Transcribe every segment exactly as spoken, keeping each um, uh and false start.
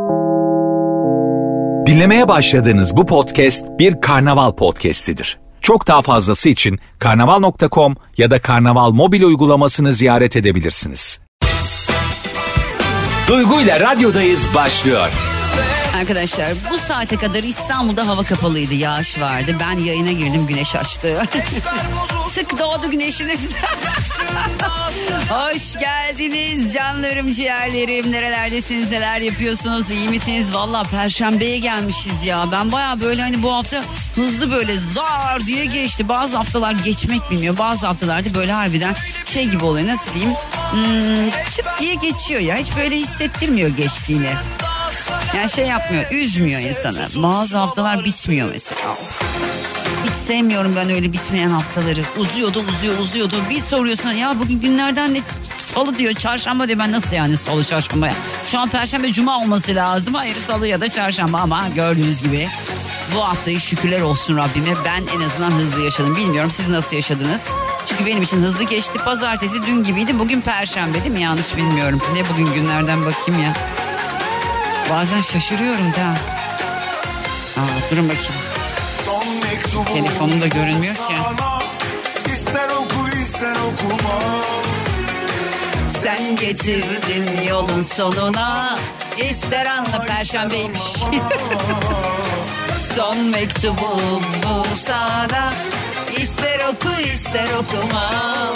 Dinlemeye başladığınız bu podcast bir karnaval podcastidir. Çok daha fazlası için karnaval nokta com ya da karnaval mobil uygulamasını ziyaret edebilirsiniz. Duygu ile radyodayız başlıyor. Arkadaşlar bu saate kadar İstanbul'da hava kapalıydı, yağış vardı. Ben yayına girdim, güneş açtı. Tık doğdu güneşiniz. Hoş geldiniz canlarım, ciğerlerim. Nerelerdesiniz, neler yapıyorsunuz, iyi misiniz? Valla Perşembe'ye gelmişiz ya. Ben baya böyle hani bu hafta hızlı böyle zar diye geçti. Bazı haftalar geçmek bilmiyor. Bazı haftalarda böyle harbiden şey gibi oluyor, nasıl diyeyim? Hmm, çıt diye geçiyor ya. Hiç böyle hissettirmiyor geçtiğini. Yani şey yapmıyor, üzmüyor insanı. Bazı haftalar bitmiyor mesela. Hiç sevmiyorum ben öyle bitmeyen haftaları. Uzuyordu, uzuyor, uzuyordu. Bir soruyorsun ya bugün günlerden ne? Salı diyor, çarşamba diyor. Ben nasıl yani salı, çarşamba? Şu an perşembe, cuma olması lazım. Hayır, salı ya da çarşamba, ama gördüğünüz gibi bu haftayı şükürler olsun Rabbime ben en azından hızlı yaşadım. Bilmiyorum siz nasıl yaşadınız? Çünkü benim için hızlı geçti. Pazartesi dün gibiydi. Bugün perşembe değil mi? Yanlış bilmiyorum. Ne bugün günlerden bakayım ya. Bazen şaşırıyorum da. Aa, durun bakayım. Telefonum da görünmüyor ki. İster oku ister okuma. Sen getirdin yolun sonuna. İster anla, perşembeymiş. Son mektubum bu sana. İster oku ister okuma.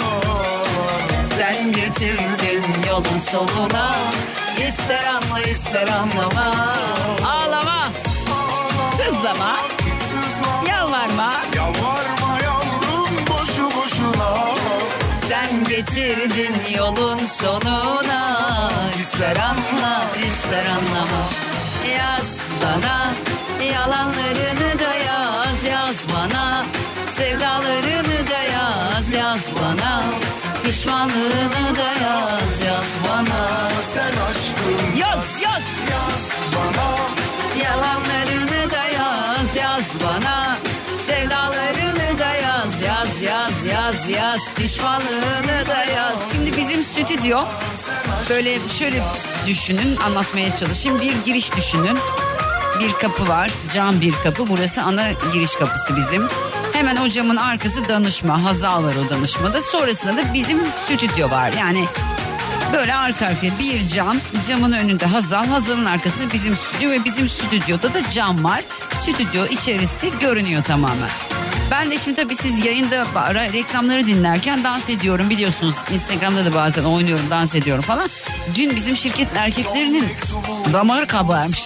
Sen getirdin yolun sonuna. İster anla ister anlama. Ağlama, sızlama, yalvarma. Yalvarma yavrum boşu boşuna. Sen getirdin yolun sonuna. İster anla ister anlama. Yaz bana yalanlarını da yaz, yaz bana. Sevdalarını da yaz, yaz bana. Pişmanlığını da yaz, yaz bana. Sen aşkım Yaz, yaz, yaz bana. yalanlarını da yaz, yaz bana. Sevdalarını da yaz, yaz, yaz, yaz, yaz. Pişmanlığını da yaz. Şimdi bizim stüdyo böyle şöyle düşünün, anlatmaya çalışayım. Bir giriş düşünün. Bir kapı var, cam bir kapı. Burası ana giriş kapısı bizim. Hemen o camın arkası danışma, Hazal var o danışmada. Sonrasında da bizim stüdyo var. Yani böyle arka arkaya bir cam, camın önünde Hazal, Hazal'ın arkasında bizim stüdyo ve bizim stüdyoda da cam var. Stüdyo içerisi görünüyor tamamen. Ben de şimdi tabii siz yayında ara reklamları dinlerken dans ediyorum, biliyorsunuz. Instagram'da da bazen oynuyorum, dans ediyorum falan. Dün bizim şirketin erkeklerinin damarı kabarmış.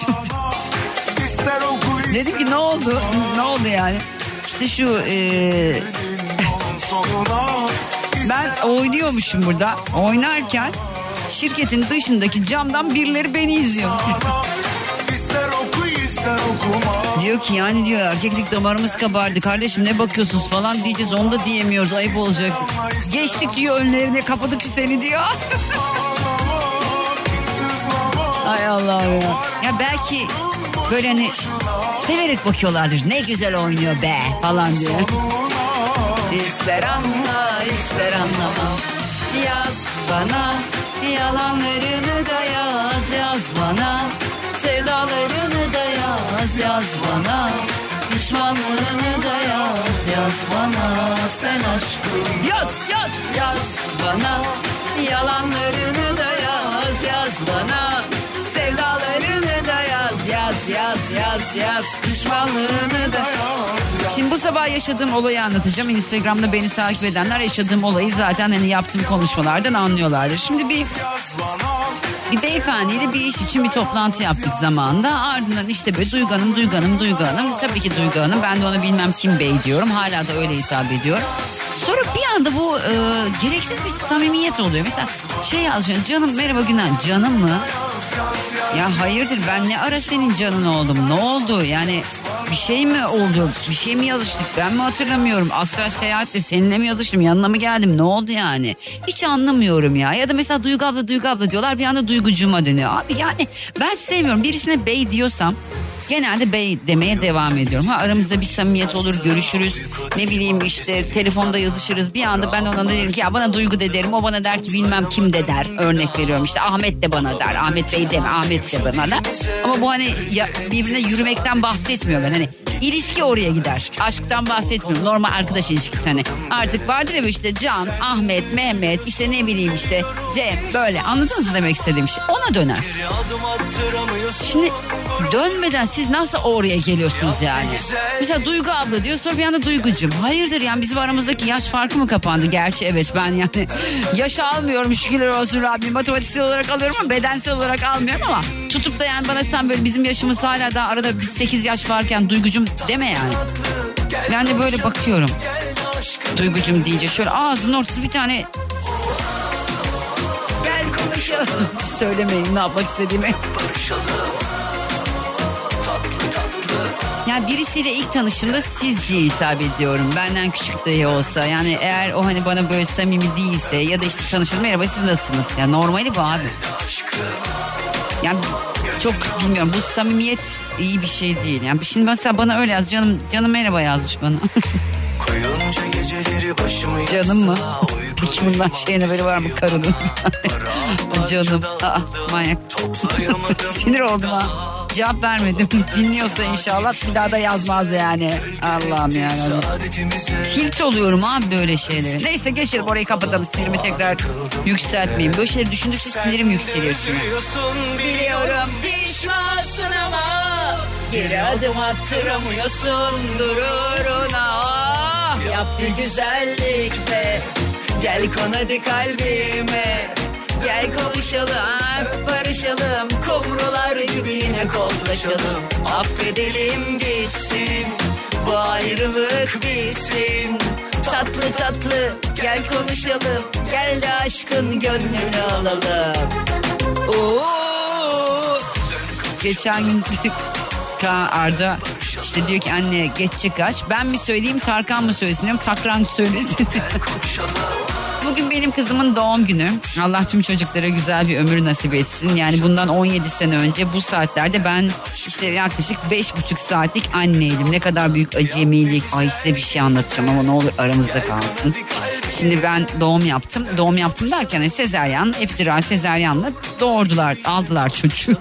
Dedim ki ne oldu? Ne oldu yani? İşte şu e... ben oynuyormuşum burada. Oynarken şirketin dışındaki camdan birileri beni izliyor. Diyor ki yani diyor erkeklik damarımız kabardı kardeşim, ne bakıyorsunuz falan diyeceğiz, onu da diyemiyoruz, ayıp olacak. Geçtik diyor önlerine, kapadık seni diyor. Ay Allah'ım ya. Ya belki böyle hani severek bakıyorlardır, ne güzel oynuyor be falan diye. İster anla ister anlama. Yaz bana yalanlarını da yaz, yaz bana. Sevdalarını da yaz, yaz bana. Pişmanlığını da yaz, yaz bana. Sen aşkım yaz, yaz, yaz bana. Yalanlarını da yaz, yaz bana. Sevdalarını da yaz, yaz, yaz, yaz, yaz. Pişmanlığını da yaz. Şimdi bu sabah yaşadığım olayı anlatacağım. Instagram'da beni takip edenler yaşadığım olayı zaten hani yaptığım konuşmalardan anlıyorlardır. Şimdi bir bir beyefendiyle bir iş için bir toplantı yaptık zamanında. Ardından işte böyle Duygu Hanım, Duygu Hanım, Duygu Hanım. Tabii ki Duygu Hanım. Ben de ona bilmem kim bey diyorum. Hala da öyle hitap ediyorum. Sonra bir anda bu e, gereksiz bir samimiyet oluyor. Mesela şey yazıyor, canım merhaba günaydın. Canım mı? Ya hayırdır, ben ne ara senin canın oldum, ne oldu yani, bir şey mi oldu, bir şey mi yazıştık, ben mi hatırlamıyorum, astral seyahatle seninle mi yazıştım, yanına mı geldim, ne oldu yani, hiç anlamıyorum ya. Ya da mesela Duygu abla, Duygu abla diyorlar, bir anda Duygucuma dönüyor. Abi yani ben sevmiyorum, birisine bey diyorsam genelde bey demeye devam ediyorum. Ha, aramızda bir samimiyet olur, görüşürüz. Ne bileyim işte telefonda yazışırız. Bir anda ben ona derim ki ya bana Duygu de derim. O bana der ki bilmem kim de der. Örnek veriyorum işte Ahmet de bana der. Ahmet Bey deme, Ahmet de bana der. Ama bu hani ya, birbirine yürümekten bahsetmiyor ben. Hani ilişki oraya gider. Aşktan bahsetmiyorum. Normal arkadaş ilişkisi hani. Artık vardır ya işte Can, Ahmet, Mehmet, işte ne bileyim işte Cem böyle. Anladınız mı demek istediğim şey? Ona döner. Şimdi dönmeden siz nasıl oraya geliyorsunuz yani? Mesela Duygu abla diyor, sonra bir anda Duygucum. Hayırdır yani bizim aramızdaki yaş farkı mı kapandı? Gerçi evet ben yani yaş almıyorum şükürler olsun Rabbim. Matematiksel olarak alıyorum ama bedensel olarak almıyorum ama tutup da yani bana sen böyle bizim yaşımız hala daha arada biz sekiz yaş varken Duygucum deme yani. Ben de böyle bakıyorum. Duygucum deyince şöyle ağzının ortası bir tane gel konuşalım. Söylemeyin ne yapmak istediğimi. Yani birisiyle ilk tanıştığımda siz diye hitap ediyorum. Benden küçük dahi olsa. Yani eğer o hani bana böyle samimi değilse ya da işte tanışalım merhaba siz nasılsınız? Ya normali bu abi. Yani çok bilmiyorum bu samimiyet iyi bir şey değil. Yani şimdi mesela bana öyle yaz canım canım merhaba yazmış bana. Canım mı? Peki bundan şeyin haberi var mı karının? Canım. Aa, manyak. Sinir oldum ha. Cevap vermedim. Dinliyorsa inşallah bir daha da yazmaz yani. Allah'ım yani. Tilt oluyorum abi böyle şeyleri. Neyse geçelim orayı kapatalım. Sinirimi tekrar yükseltmeyeyim. Böyle şeyleri düşündükçe sinirim yükseliyor. Biliyorum pişmansın ama geri adım attıramıyorsun gururuna. Yap bir güzellik de gel kon hadi kalbime. Gel konuşalım, barışalım, kumrular gibi yine koklaşalım. Affedelim gitsin, bu ayrılık bitsin. Tatlı tatlı gel konuşalım, gel de aşkın gönlünü alalım. Oo! Geçen gün Arda işte diyor ki anne geçecek aç. Ben mi söyleyeyim Tarkan mı söylesin diyorum. Takran söylesin. Bugün benim kızımın doğum günü. Allah tüm çocuklara güzel bir ömür nasip etsin. Yani bundan on yedi sene önce bu saatlerde ben işte yaklaşık beş buçuk saatlik anneydim. Ne kadar büyük acemilik. Ay size bir şey anlatacağım ama ne olur aramızda kalsın. Şimdi ben doğum yaptım. Doğum yaptım derken sezaryen, epidural sezaryenle doğurdular, aldılar çocuğu.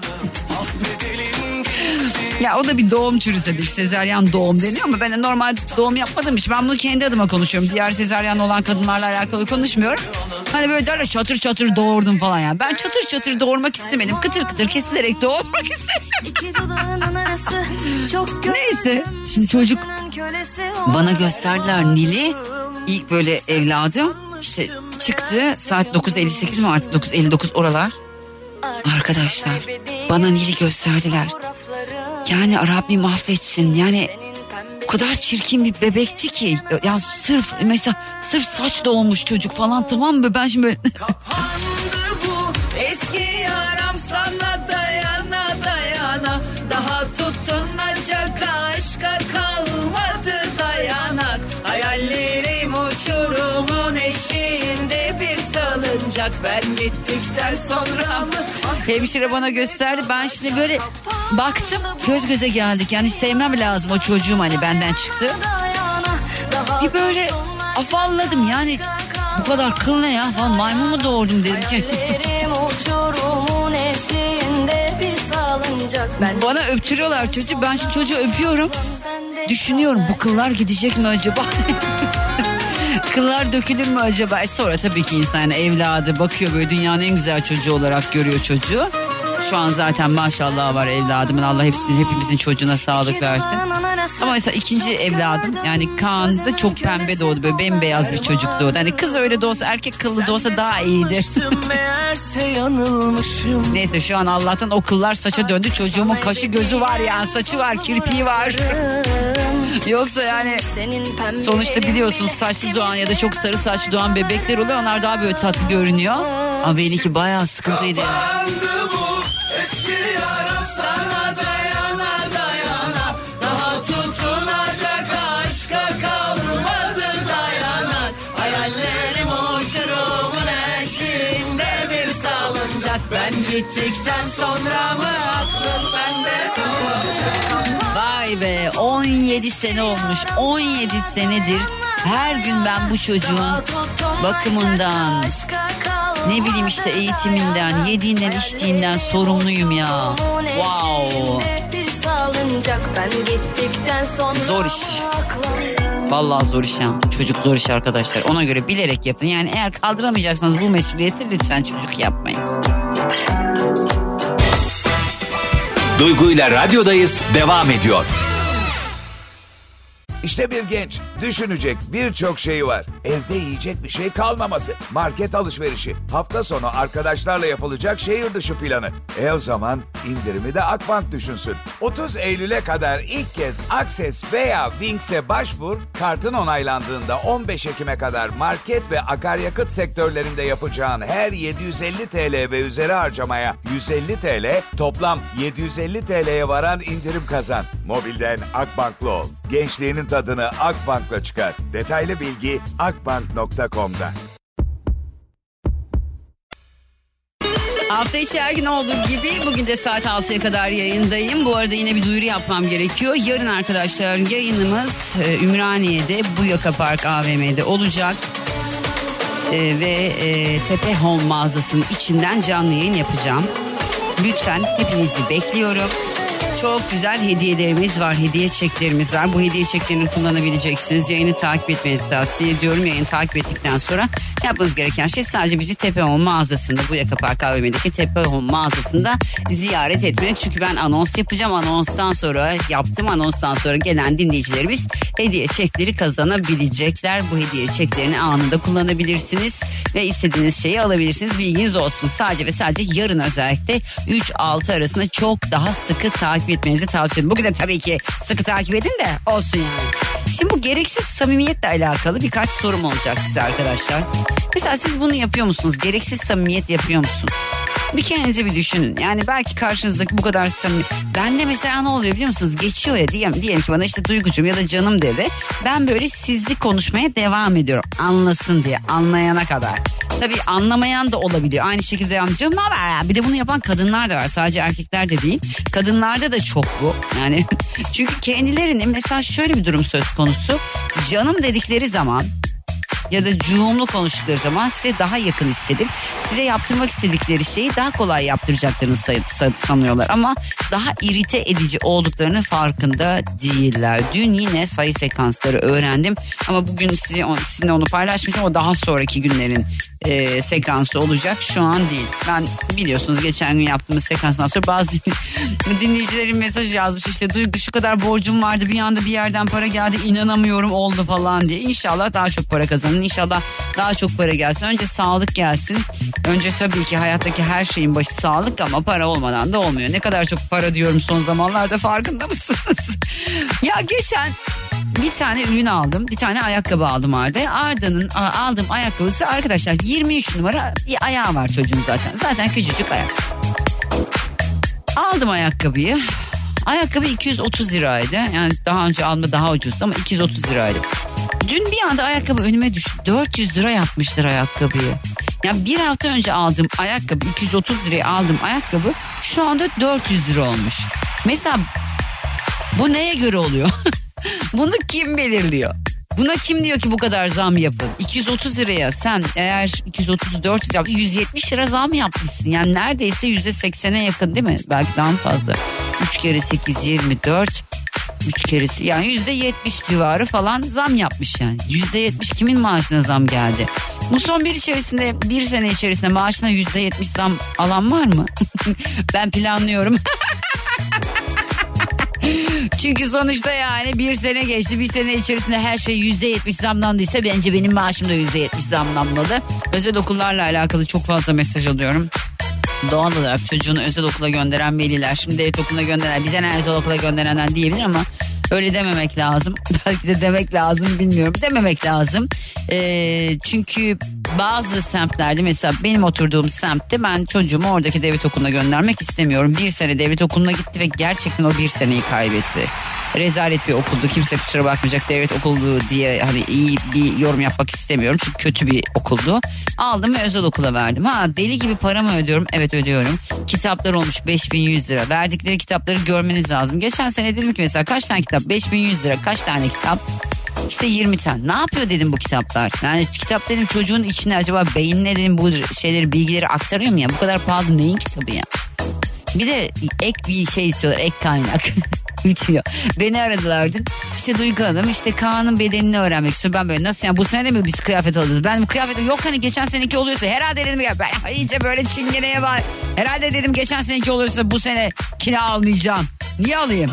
Ya o da bir doğum türü tabii. Sezaryen doğum deniyor ama ben de normal doğum yapmadığım için ben bunu kendi adıma konuşuyorum. Diğer sezaryen olan kadınlarla alakalı konuşmuyorum. Hani böyle derler çatır çatır doğurdum falan ya. Ben çatır çatır doğurmak istemedim. Kıtır kıtır kesilerek doğurmak istedim. Neyse şimdi çocuk bana gösterdiler Nil'i. İlk böyle evladım işte çıktı saat dokuz elli sekiz mi artık dokuz elli dokuz oralar. Arkadaşlar bana Nil'i gösterdiler. Yani Rabbim affetsin yani o kadar çirkin bir bebekti ki ya sırf mesela sırf saç doğmuş çocuk falan tamam mı ben şimdi böyle eski yaram sana dayana dayana daha tutunacak aşka kalmadı dayanak hayallerim uçurumun eşiğinde bir salıncak ben gittikten sonra mı hemşire bana gösterdi ben şimdi böyle baktım göz göze geldik yani sevmem lazım o çocuğum hani benden çıktı bir böyle afalladım yani bu kadar kıl ne ya falan maymun mu doğurdum dedim ki bana öptürüyorlar çocuğu ben şimdi çocuğu öpüyorum düşünüyorum bu kıllar gidecek mi acaba kıllar dökülür mü acaba e sonra tabii ki insan evladı bakıyor böyle dünyanın en güzel çocuğu olarak görüyor çocuğu. Şu an zaten maşallah var evladımın Allah hepsinin hepimizin çocuğuna sağlık versin. Ama mesela ikinci evladım yani Kaan da çok pembe doğdu böyle bembeyaz bir çocuk doğdu. Hani kız öyle doğsa erkek kıllı doğsa daha iyiydi. Neyse şu an Allah'tan o kıllar saça döndü çocuğumun kaşı gözü var yani saçı var kirpiği var. Yoksa yani sonuçta biliyorsunuz saçsız doğan ya da çok sarı saçlı doğan bebekler oluyor onlar daha böyle tatlı görünüyor. Ama benimki bayağı sıkıntıydı. Eski yara sana dayana dayana daha tutunacak aşka kalmadı dayanak hayallerim uçurumun eşiğinde bir salıncak ben gittikten sonra mı aklım bende kalacak Vay be, on yedi sene olmuş. on yedi senedir her gün ben bu çocuğun bakımından, ne bileyim işte eğitiminden, yediğinden içtiğinden sorumluyum ya. Wow. Zor iş. Vallahi zor iş ya. Çocuk zor iş arkadaşlar. Ona göre bilerek yapın. Yani eğer kaldıramayacaksanız bu mesuliyeti lütfen çocuk yapmayın. Duygu ile radyodayız devam ediyor. İşte bir genç düşünecek birçok şeyi var. Evde yiyecek bir şey kalmaması, market alışverişi, hafta sonu arkadaşlarla yapılacak şehir dışı planı. E o zaman indirimi de Akbank düşünsün. otuz Eylül'e kadar ilk kez Access veya Wings'e başvur, kartın onaylandığında on beş Ekim'e kadar market ve akaryakıt sektörlerinde yapacağın her yedi yüz elli TL ve üzeri harcamaya yüz elli TL, toplam yedi yüz elli TL'ye varan indirim kazan. Mobilden Akbank'lı ol. Gençliğinin tadını Akbank'la çıkar. Detaylı bilgi akbank nokta com'da. Hafta içi her gün olduğu gibi bugün de saat altıya kadar yayındayım. Bu arada yine bir duyuru yapmam gerekiyor. Yarın arkadaşlar yayınımız Ümraniye'de Buyaka Park A V M'de olacak. Ee, ve e, Tepe Home mağazasının içinden canlı yayın yapacağım. Lütfen hepinizi bekliyorum. Çok güzel hediyelerimiz var, hediye çeklerimiz var. Bu hediye çeklerini kullanabileceksiniz. Yayını takip etmenizi tavsiye ediyorum. Yayını takip ettikten sonra yapmanız gereken şey sadece bizi Tepe Home mağazasında, Buyaka Park A V M'deki Tepe Home mağazasında ziyaret etmek. Çünkü ben anons yapacağım. Anonstan sonra, yaptığım anonstan sonra gelen dinleyicilerimiz hediye çekleri kazanabilecekler. Bu hediye çeklerini anında kullanabilirsiniz ve istediğiniz şeyi alabilirsiniz. Bilginiz olsun. Sadece ve sadece yarın özellikle üç altı arasında çok daha sıkı takip etmenizi tavsiye ederim. Bugün de tabii ki sıkı takip edin de olsun yani. Şimdi bu gereksiz samimiyetle alakalı birkaç sorum olacak size arkadaşlar. Mesela siz bunu yapıyor musunuz? Gereksiz samimiyet yapıyor musun? Bir kendinize bir düşünün. Yani belki karşınızdaki bu kadar samimi. Ben de mesela ne oluyor biliyor musunuz? Geçiyor ya diyelim, diyelim ki bana işte Duygucuğum ya da canım dedi. Ben böyle sizli konuşmaya devam ediyorum. Anlasın diye, anlayana kadar. Tabii anlamayan da olabiliyor. Aynı şekilde amcam var. Bir de bunu yapan kadınlar da var. Sadece erkekler de değil. Kadınlarda da çok bu. Yani çünkü kendilerini mesela şöyle bir durum söz konusu. Canım dedikleri zaman ya da cuğumlu konuştukları zaman size daha yakın hissedip size yaptırmak istedikleri şeyi daha kolay yaptıracaklarını sanıyorlar. Ama daha irite edici olduklarının farkında değiller. Dün yine sayı sekansları öğrendim ama bugün size, sizinle onu paylaşmayacağım. O daha sonraki günlerin e, sekansı olacak, şu an değil. Ben biliyorsunuz geçen gün yaptığımız sekansdan sonra bazı dinleyicilerin mesaj yazmış, işte Duygu şu kadar borcum vardı, bir anda bir yerden para geldi, inanamıyorum oldu falan diye. İnşallah daha çok para kazanın, İnşallah daha çok para gelsin. Önce sağlık gelsin. Önce tabii ki hayattaki her şeyin başı sağlık ama para olmadan da olmuyor. Ne kadar çok para diyorum son zamanlarda, farkında mısınız? Ya geçen bir tane ürün aldım. Bir tane ayakkabı aldım Arda. Arda'nın aldığım ayakkabısı arkadaşlar yirmi üç numara bir ayağı var çocuğun zaten. Zaten küçücük ayak. Aldım ayakkabıyı. Ayakkabı iki yüz otuz liraydı. Yani daha önce alma daha ucuzdu ama iki yüz otuz liraydı. Dün bir anda ayakkabı önüme düştü. dört yüz lira yapmışlar ayakkabıyı. Yani bir hafta önce aldığım ayakkabı, iki yüz otuz liraya aldığım ayakkabı şu anda dört yüz lira olmuş. Mesela bu neye göre oluyor? Bunu kim belirliyor? Buna kim diyor ki bu kadar zam yapın? iki yüz otuz liraya sen eğer iki yüz otuz dört yüz yaptın, yüz yetmiş lira zam yapmışsın. Yani neredeyse yüzde seksene yakın değil mi? Belki daha fazla. üç kere sekiz yirmi dört. üç keresi yani yüzde yetmiş civarı falan zam yapmış yani. yüzde yetmiş kimin maaşına zam geldi? Bu son bir içerisinde, bir sene içerisinde maaşına yüzde yetmiş zam alan var mı? Ben planlıyorum. Çünkü sonuçta yani bir sene geçti, bir sene içerisinde her şey yüzde yetmiş zamlandıysa bence benim maaşım da yüzde yetmiş zamlanmalı. Özel okullarla alakalı çok fazla mesaj alıyorum. Doğal olarak çocuğunu özel okula gönderen veliler, şimdi devlet okuluna gönderen, bize ne özel okula gönderenden diyebilir ama öyle dememek lazım. Belki de demek lazım, bilmiyorum. Dememek lazım. Ee, çünkü bazı semtlerde, mesela benim oturduğum semtte ben çocuğumu oradaki devlet okuluna göndermek istemiyorum. Bir sene devlet okuluna gitti ve gerçekten o bir seneyi kaybetti. Rezalet bir okuldu. Kimse kusura bakmayacak, devlet okulu diye hani iyi bir yorum yapmak istemiyorum. Çünkü kötü bir okuldu. Aldım ve özel okula verdim. Ha, deli gibi para mı ödüyorum? Evet, ödüyorum. Kitaplar olmuş beş bin yüz lira. Verdikleri kitapları görmeniz lazım. Geçen sene dedim ki mesela kaç tane kitap? beş bin yüz lira. Kaç tane kitap? İşte yirmi tane. Ne yapıyor dedim bu kitaplar? Yani kitap dedim çocuğun içine acaba beynine dedim bu şeyleri, bilgileri aktarıyor mu ya? Bu kadar pahalı neyin kitabı ya? Bir de ek bir şey istiyorlar, ek kaynak. Bitiyor. Beni aradılar dün. İşte Duygu Hanım işte Kaan'ın bedenini öğrenmek istiyor. Ben böyle nasıl yani bu sene de mi biz kıyafet alacağız? Ben bu kıyafet yok hani geçen seneki oluyorsa herhalde dedim ya ben iyice böyle çingeneye var. Herhalde dedim geçen seneki oluyorsa bu sene kina almayacağım. Niye alayım?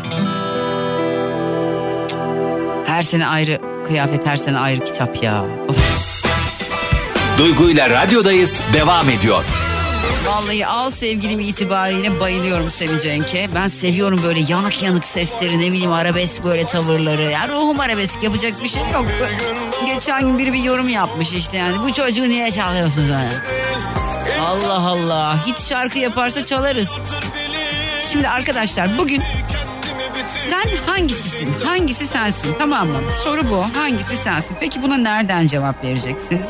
Her sene ayrı kıyafet, her sene ayrı kitap ya. Of. Duygu ile radyodayız devam ediyor. Vallahi al sevgilim itibariyle bayılıyorum Semih Cenk'e. Ben seviyorum böyle yanık yanık sesleri, ne bileyim arabesk böyle tavırları. Ya ruhum arabesk, yapacak bir şey yok. Geçen gün biri bir yorum yapmış işte yani. Bu çocuğu niye çalıyorsunuz yani? Allah Allah. Hit şarkı yaparsa çalarız. Şimdi arkadaşlar bugün sen hangisisin? Hangisi sensin? Tamam mı? Soru bu. Hangisi sensin? Peki buna nereden cevap vereceksiniz?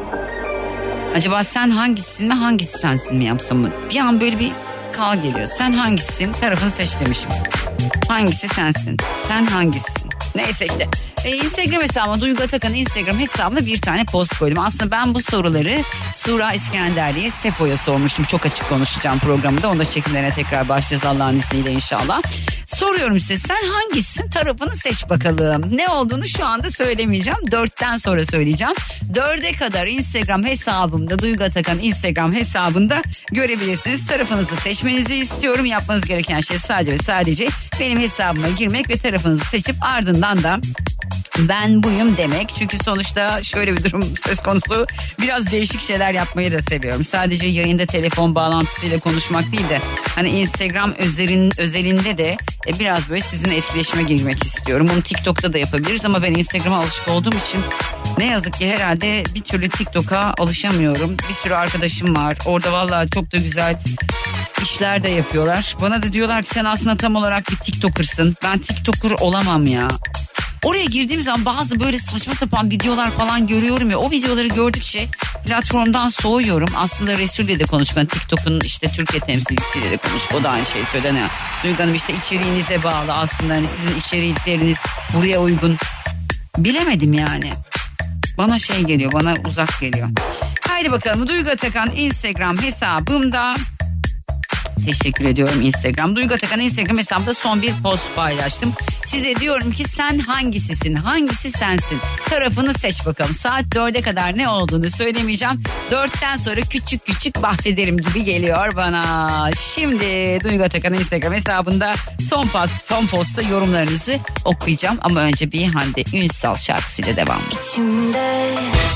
Acaba sen hangisisin mi, hangisi sensin mi yapsam mı? Bir an böyle bir kal geliyor. Sen hangisisin? Tarafını seç demişim. Hangisi sensin? Sen hangisisin? Neyse işte. Ee, Instagram hesabıma, Duygu Atakan'ın Instagram hesabına bir tane post koydum. Aslında ben bu soruları Sura İskenderli'ye, Sefo'ya sormuştum. Çok açık konuşacağım programda. Onda çekimlerine tekrar başlayacağız Allah'ın izniyle inşallah. Soruyorum size, sen hangisisin? Tarafını seç bakalım. Ne olduğunu şu anda söylemeyeceğim. Dörtten sonra söyleyeceğim. Dörde kadar Instagram hesabımda, Duygu Atakan Instagram hesabında görebilirsiniz. Tarafınızı seçmenizi istiyorum. Yapmanız gereken şey sadece ve sadece benim hesabıma girmek ve tarafınızı seçip ardından da ben buyum demek. Çünkü sonuçta şöyle bir durum söz konusu. Biraz değişik şeyler yapmayı da seviyorum. Sadece yayında telefon bağlantısıyla konuşmak değil de hani Instagram özelin, özelinde de biraz böyle sizinle etkileşime girmek istiyorum. Bunu TikTok'ta da yapabiliriz ama ben Instagram'a alışık olduğum için ne yazık ki herhalde bir türlü TikTok'a alışamıyorum. Bir sürü arkadaşım var. Orada vallahi çok da güzel işler de yapıyorlar. Bana da diyorlar ki sen aslında tam olarak bir TikToker'sın. Ben TikToker olamam ya. Oraya girdiğim zaman bazı böyle saçma sapan videolar falan görüyorum ya. O videoları gördükçe platformdan soğuyorum. Aslında Resul'le de konuştuk. Yani TikTok'un işte Türkiye temsilcisiyle de konuştuk. O da aynı şeyi söyledi. Yani Duygu Hanım işte içeriğinize bağlı aslında. Hani sizin içerikleriniz buraya uygun. Bilemedim yani. Bana şey geliyor, bana uzak geliyor. Haydi bakalım, Duygu Atakan Instagram hesabımda. Teşekkür ediyorum Instagram. Duygu Atakan Instagram hesabımda son bir post paylaştım. Size diyorum ki sen hangisisin? Hangisi sensin? Tarafını seç bakalım. Saat dörde kadar ne olduğunu söylemeyeceğim. Dörtten sonra küçük küçük bahsederim gibi geliyor bana. Şimdi Duygu Atakan'ın Instagram hesabında son post, son postta yorumlarınızı okuyacağım. Ama önce bir Hande Ünsal şarkısıyla devam. İçimde...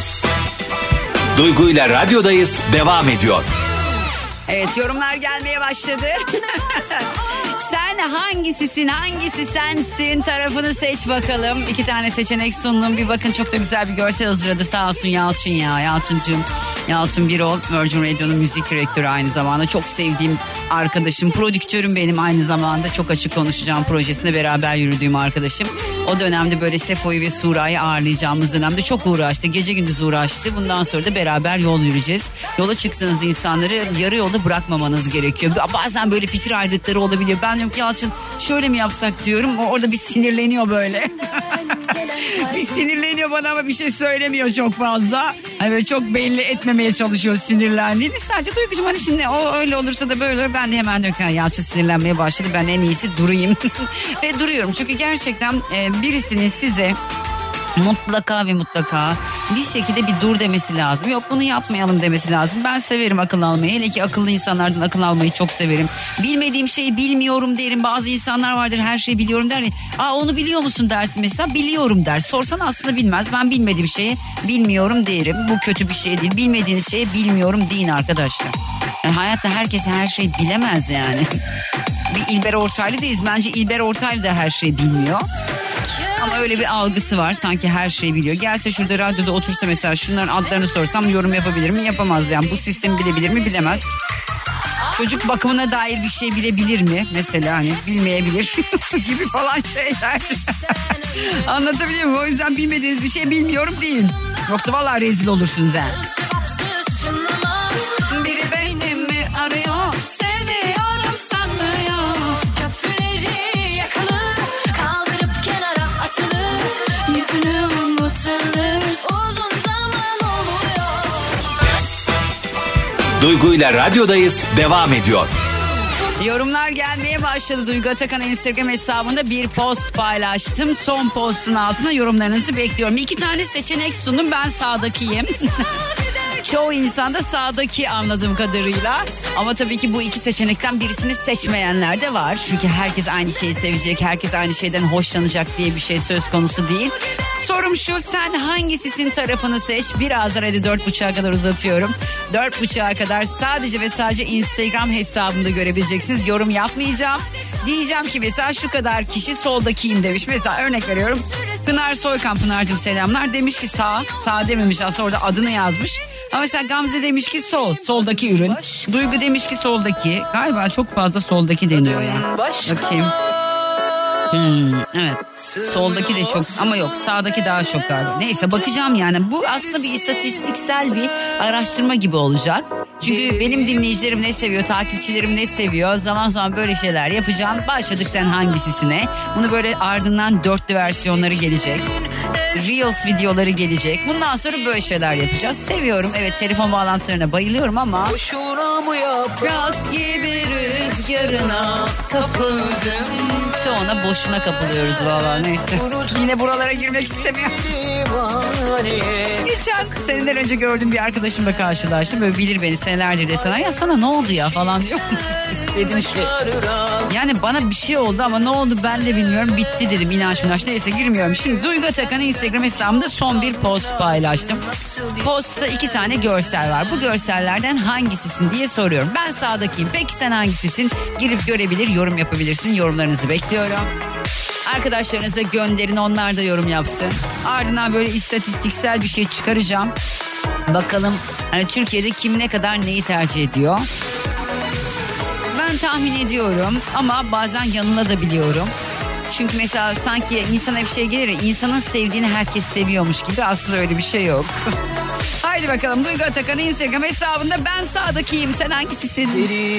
Duygu ile radyodayız devam ediyor. Evet, yorumlar gelmeye başladı. Sen hangisisin, hangisi sensin? Tarafını seç bakalım. İki tane seçenek sundum. Bir bakın, çok da güzel bir görsel hazırladı sağ olsun Yalçın ya. Yalçıncığım, Yalçın Birol, Virgin Radio'nun müzik direktörü aynı zamanda. Çok sevdiğim arkadaşım, prodüktörüm benim aynı zamanda. Çok açık konuşacağım projesinde beraber yürüdüğüm arkadaşım. O dönemde böyle Sefo'yu ve Sura'yı ağırlayacağımız dönemde çok uğraştı. Gece gündüz uğraştı. Bundan sonra da beraber yol yürüyeceğiz. Yola çıktığınız insanları yarı yolda bırakmamanız gerekiyor. Bazen böyle fikir ayrılıkları olabiliyor. Ben diyorum ki Yalçın şöyle mi yapsak diyorum. O orada bir sinirleniyor böyle. bir sinirleniyor bana ama bir şey söylemiyor çok fazla. Hani böyle çok belli etmemeye çalışıyor sinirlendiğini. Sadece Duygucuğum hani şimdi o öyle olursa da böyle olur. Ben de hemen diyorum ki Yalçın sinirlenmeye başladı. Ben en iyisi durayım. Ve duruyorum. Çünkü gerçekten e, birisinin size mutlaka ve mutlaka bir şekilde bir dur demesi lazım. Yok bunu yapmayalım demesi lazım. Ben severim akıl almayı. Hele ki akıllı insanlardan akıl almayı çok severim. Bilmediğim şeyi bilmiyorum derim. Bazı insanlar vardır her şeyi biliyorum der. Aa onu biliyor musun dersin mesela, biliyorum der. Sorsan aslında bilmez. Ben bilmediğim şeye bilmiyorum derim. Bu kötü bir şey değil. Bilmediğiniz şeye bilmiyorum deyin arkadaşlar. Yani hayatta herkes her şeyi bilemez yani. Bir İlber Ortaylı'dayız. Bence İlber Ortaylı da her şeyi bilmiyor. Ama öyle bir algısı var, sanki her şeyi biliyor. Gelse şurada radyoda otursa mesela şunların adlarını sorsam yorum yapabilir mi? Yapamaz yani. Bu sistemi bilebilir mi? Bilemez. Çocuk bakımına dair bir şey bilebilir mi? Mesela hani bilmeyebilir gibi falan şeyler. Anlatabiliyor muyum? O yüzden bilmediğiniz bir şey bilmiyorum değil. Yoksa vallahi rezil olursunuz ha. Biri beynimi arıyor, seviyorum sanıyor. Köprüleri yakılır, kaldırıp kenara atılır. Yüzünü unutulur, uzun zaman oluyor. Duygu ile radyodayız devam ediyor. Yorumlar gelmeye başladı. Duygu Atakan Instagram hesabında bir post paylaştım. Son postun altına yorumlarınızı bekliyorum. İki tane seçenek sundum. Ben sağdakiyim. Çoğu insan da sağdaki anladığım kadarıyla. Ama tabii ki bu iki seçenekten birisini seçmeyenler de var. Çünkü herkes aynı şeyi sevecek, herkes aynı şeyden hoşlanacak diye bir şey söz konusu değil. Sorum şu, sen hangisisin tarafını seç. Biraz hadi dört buçuğa kadar uzatıyorum. Dört buçuğa kadar sadece ve sadece Instagram hesabımda görebileceksiniz. Yorum yapmayacağım. Diyeceğim ki mesela şu kadar kişi soldakiyim demiş. Mesela örnek veriyorum. Pınar Soykan, Pınar'cığım selamlar, demiş ki sağ. Sağ dememiş aslında, orada adını yazmış. Ama mesela Gamze demiş ki sol. Soldaki ürün. Duygu demiş ki soldaki. Galiba çok fazla soldaki deniyor ya. Bakayım. Hmm, evet. Soldaki de çok ama yok, sağdaki daha çok galiba. Neyse bakacağım yani. Bu aslında bir istatistiksel bir araştırma gibi olacak. Çünkü benim dinleyicilerim ne seviyor, takipçilerim ne seviyor. Zaman zaman böyle şeyler yapacağım. Başladık sen hangisisine. Bunu böyle ardından dörtlü versiyonları gelecek. Reels videoları gelecek. Bundan sonra böyle şeyler yapacağız. Seviyorum. Evet, telefon bağlantılarına bayılıyorum ama rock gibi rüzgarına kapıldım. Çoğuna boşuna kapılıyoruz vallahi, neyse. Yine buralara girmek istemiyorum. Geçen seneler önce gördüğüm bir arkadaşımla karşılaştım. Böyle bilir beni, senelerdir de tanır. Ya sana ne oldu ya falan diyor. Dedim ki yani bana bir şey oldu ama ne oldu ben de bilmiyorum. Bitti dedim, inanç minanç, neyse girmiyorum. Şimdi Duygu Atakan'ın Instagram hesabımda son bir post paylaştım. Postta iki tane görsel var. Bu görsellerden hangisisin diye soruyorum. Ben sağdakiyim. Peki sen hangisisin? Girip görebilir, yorum yapabilirsin. Yorumlarınızı bekliyorum. Arkadaşlarınıza gönderin, onlar da yorum yapsın. Ardından böyle istatistiksel bir şey çıkaracağım. Bakalım hani Türkiye'de kim ne kadar neyi tercih ediyor. Ben tahmin ediyorum ama bazen yanılabiliyorum. Çünkü mesela sanki insana bir şey gelir ya, insanın sevdiğini herkes seviyormuş gibi, aslında öyle bir şey yok. Haydi bakalım, Duygu Atakan'ın Instagram hesabında ben sağdakiyim, sen hangisisin?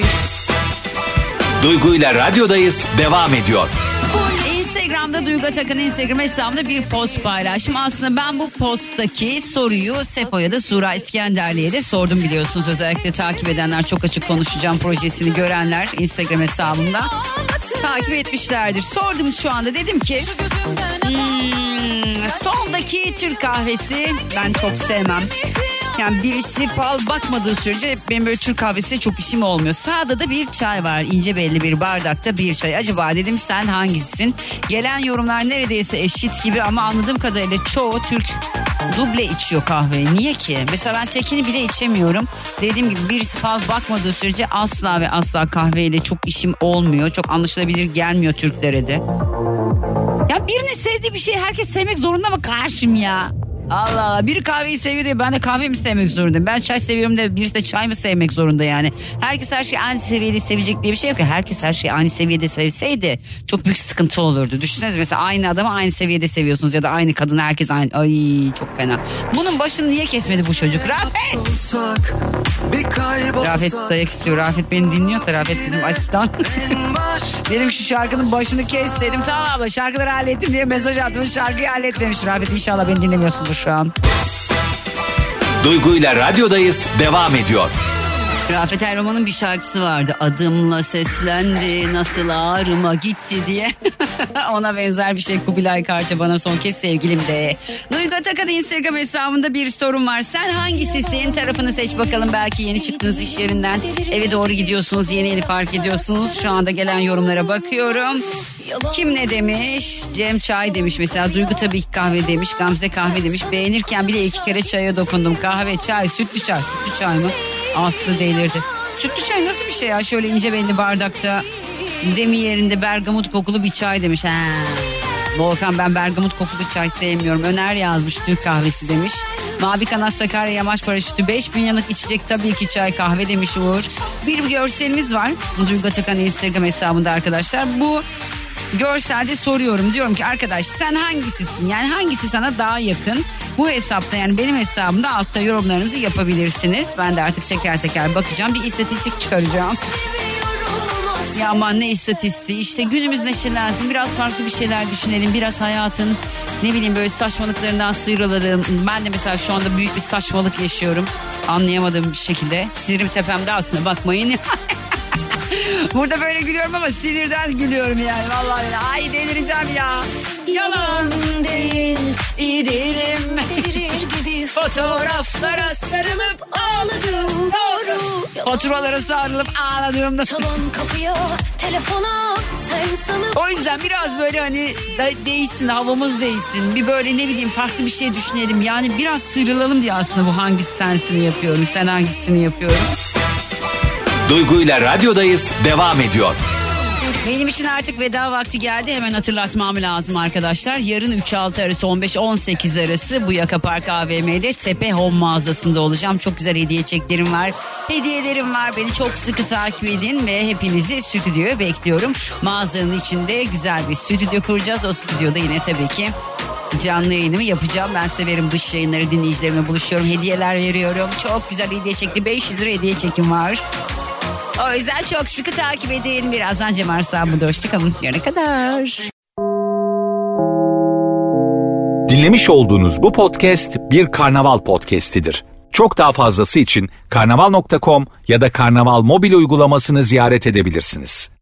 Duygu ile radyodayız devam ediyor. Instagram'da Duygu Atakan'ın Instagram hesabında bir post paylaştım. Aslında ben bu posttaki soruyu Sefo'ya da Sura İskenderli'ye de sordum, biliyorsunuz. Özellikle takip edenler, Çok Açık Konuşacağım projesini görenler Instagram hesabımda takip etmişlerdir. Sordum şu anda, dedim ki hmm, soldaki Türk kahvesi ben çok sevmem. Yani birisi fal bakmadığı sürece benim böyle Türk kahvesiyle çok işim olmuyor. Sağda da bir çay var, ince belli bir bardakta bir çay. Acaba dedim sen hangisisin? Gelen yorumlar neredeyse eşit gibi ama anladığım kadarıyla çoğu Türk duble içiyor kahveyi. Niye ki? Mesela ben tekini bile içemiyorum. Dediğim gibi birisi fal bakmadığı sürece asla ve asla kahveyle çok işim olmuyor. Çok anlaşılabilir gelmiyor Türklere de. Ya birini sevdiği bir şeyi herkes sevmek zorunda mı karşım ya? Allah Allah, biri kahveyi seviyor diye ben de kahve mi sevmek zorundayım? Ben çay seviyorum diye birisi de çay mı sevmek zorunda yani? Herkes her şeyi aynı seviyede sevecek diye bir şey yok ya. Herkes her şeyi aynı seviyede sevseydi çok büyük sıkıntı olurdu. Düşünsenize mesela aynı adamı aynı seviyede seviyorsunuz ya da aynı kadını herkes aynı. Ay çok fena. Bunun başını niye kesmedi bu çocuk? Rafet! Rafet dayak istiyor. Rafet beni dinliyorsa, Rafet bizim asistan. Dedim ki şu şarkının başını kes dedim. Tamam abla, şarkıları hallettim diye mesaj atmış, şarkıyı halletmemiş. Rafet inşallah beni dinlemiyorsundur şu an. Duygu ile radyodayız devam ediyor. Rafet Erroman'ın bir şarkısı vardı. Adımla seslendi nasıl ağrıma gitti diye. Ona benzer bir şey Kubilay Karça bana son kez sevgilim de. Duygu Atakan'ın Instagram hesabında bir sorun var. Sen hangisisin? Tarafını seç bakalım. Belki yeni çıktığınız iş yerinden eve doğru gidiyorsunuz. Yeni yeni fark ediyorsunuz. Şu anda gelen yorumlara bakıyorum. Kim ne demiş? Cem çay demiş mesela. Duygu tabii ki kahve demiş. Gamze kahve demiş. Beğenirken bile iki kere çaya dokundum. Kahve, çay, sütlü çay. Sütlü çay mı? Aslı delirdi. Sütlü çay nasıl bir şey ya? Şöyle ince belli bardakta demi yerinde bergamot kokulu bir çay demiş. Ha. Volkan ben bergamot kokulu çay sevmiyorum. Öner yazmış Türk kahvesi demiş. Mavi Kanat Sakarya Yamaç Paraşütü beş bin yanık içecek tabii ki çay kahve demiş Uğur. Bir görselimiz var. Duygu Atakan Instagram hesabında arkadaşlar. Bu görselde soruyorum. Diyorum ki arkadaş sen hangisisin? Yani hangisi sana daha yakın? Bu hesapta yani benim hesabımda altta yorumlarınızı yapabilirsiniz. Ben de artık teker teker bakacağım. Bir istatistik çıkaracağım. Ya aman ne istatistiği işte günümüz neşelensin, biraz farklı bir şeyler düşünelim, biraz hayatın ne bileyim böyle saçmalıklarından sıyrılalım. Ben de mesela şu anda büyük bir saçmalık yaşıyorum anlayamadığım bir şekilde. Sinirim tepemde aslında bakmayın. Burada böyle gülüyorum ama sinirden gülüyorum yani vallahi. Ay delireceğim ya. Yalan değil, iyi değilim. Gibi fotoğraflara sarılıp ağladım doğru. Faturalara sarılıp ağladığımda. Çalan kapıya, telefona, sen sanıp. O yüzden biraz böyle hani değişsin, havamız değişsin. Bir böyle ne bileyim farklı bir şey düşünelim. Yani biraz sıyrılalım diye aslında bu hangisi sensini yapıyorum, sen hangisini yapıyorum. Duygu ile radyodayız devam ediyor. Benim için artık veda vakti geldi. Hemen hatırlatmam lazım arkadaşlar. Yarın üç altı arası on beş on sekiz arası bu Yaka Park A V M'de Tepe Home mağazasında olacağım. Çok güzel hediye çeklerim var. Hediyelerim var. Beni çok sıkı takip edin ve hepinizi stüdyoya bekliyorum. Mağazanın içinde güzel bir stüdyo kuracağız. O stüdyoda yine tabii ki canlı yayınımı yapacağım. Ben severim dış yayınları, dinleyicilerimle buluşuyorum. Hediyeler veriyorum. Çok güzel hediye çekti. beş yüz lira hediye çekim var. O yüzden çok sıkı takip edin. Birazdan Cem Arslan burada. Hoşçakalın. Yarına kadar. Dinlemiş olduğunuz bu podcast bir karnaval podcastidir. Çok daha fazlası için karnaval nokta com ya da karnaval mobil uygulamasını ziyaret edebilirsiniz.